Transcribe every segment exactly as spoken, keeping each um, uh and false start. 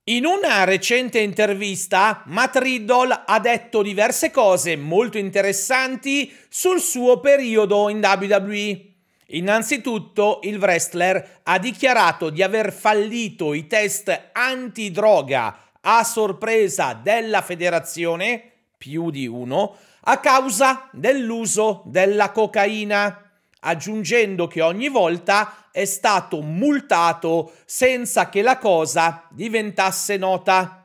In una recente intervista, Matt Riddle ha detto diverse cose molto interessanti sul suo periodo in W W E. Innanzitutto, il wrestler ha dichiarato di aver fallito i test antidroga a sorpresa della federazione, più di uno, a causa dell'uso della cocaina, aggiungendo che ogni volta è stato multato senza che la cosa diventasse nota.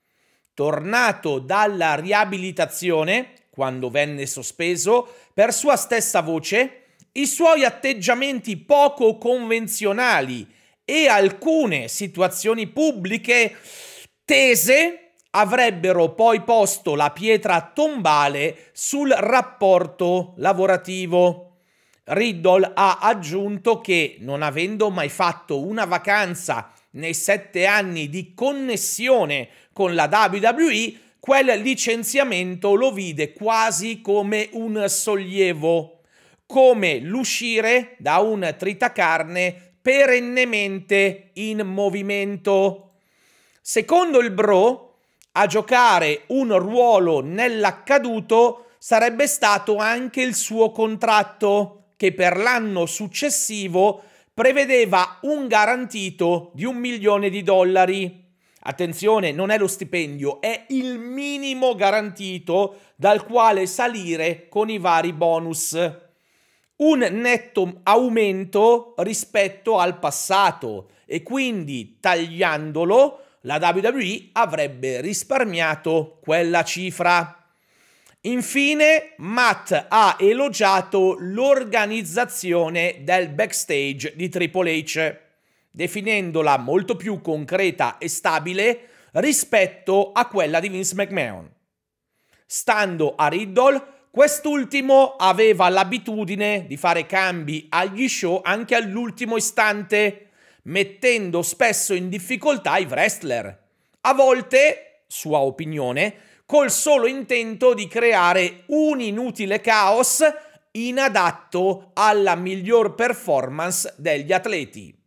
Tornato dalla riabilitazione, quando venne sospeso, per sua stessa voce, i suoi atteggiamenti poco convenzionali e alcune situazioni pubbliche tese avrebbero poi posto la pietra tombale sul rapporto lavorativo. Riddle ha aggiunto che, non avendo mai fatto una vacanza nei sette anni di connessione con la W W E, quel licenziamento lo vide quasi come un sollievo, come l'uscire da un tritacarne perennemente in movimento. Secondo il Bro, a giocare un ruolo nell'accaduto sarebbe stato anche il suo contratto, che per l'anno successivo prevedeva un garantito di un milione di dollari. Attenzione, non è lo stipendio, è il minimo garantito dal quale salire con i vari bonus. Un netto aumento rispetto al passato, e quindi tagliandolo la W W E avrebbe risparmiato quella cifra. Infine, Matt ha elogiato l'organizzazione del backstage di Triple H, definendola molto più concreta e stabile rispetto a quella di Vince McMahon. Stando a Riddle, quest'ultimo aveva l'abitudine di fare cambi agli show anche all'ultimo istante, mettendo spesso in difficoltà i wrestler. A volte, sua opinione, col solo intento di creare un inutile caos inadatto alla miglior performance degli atleti.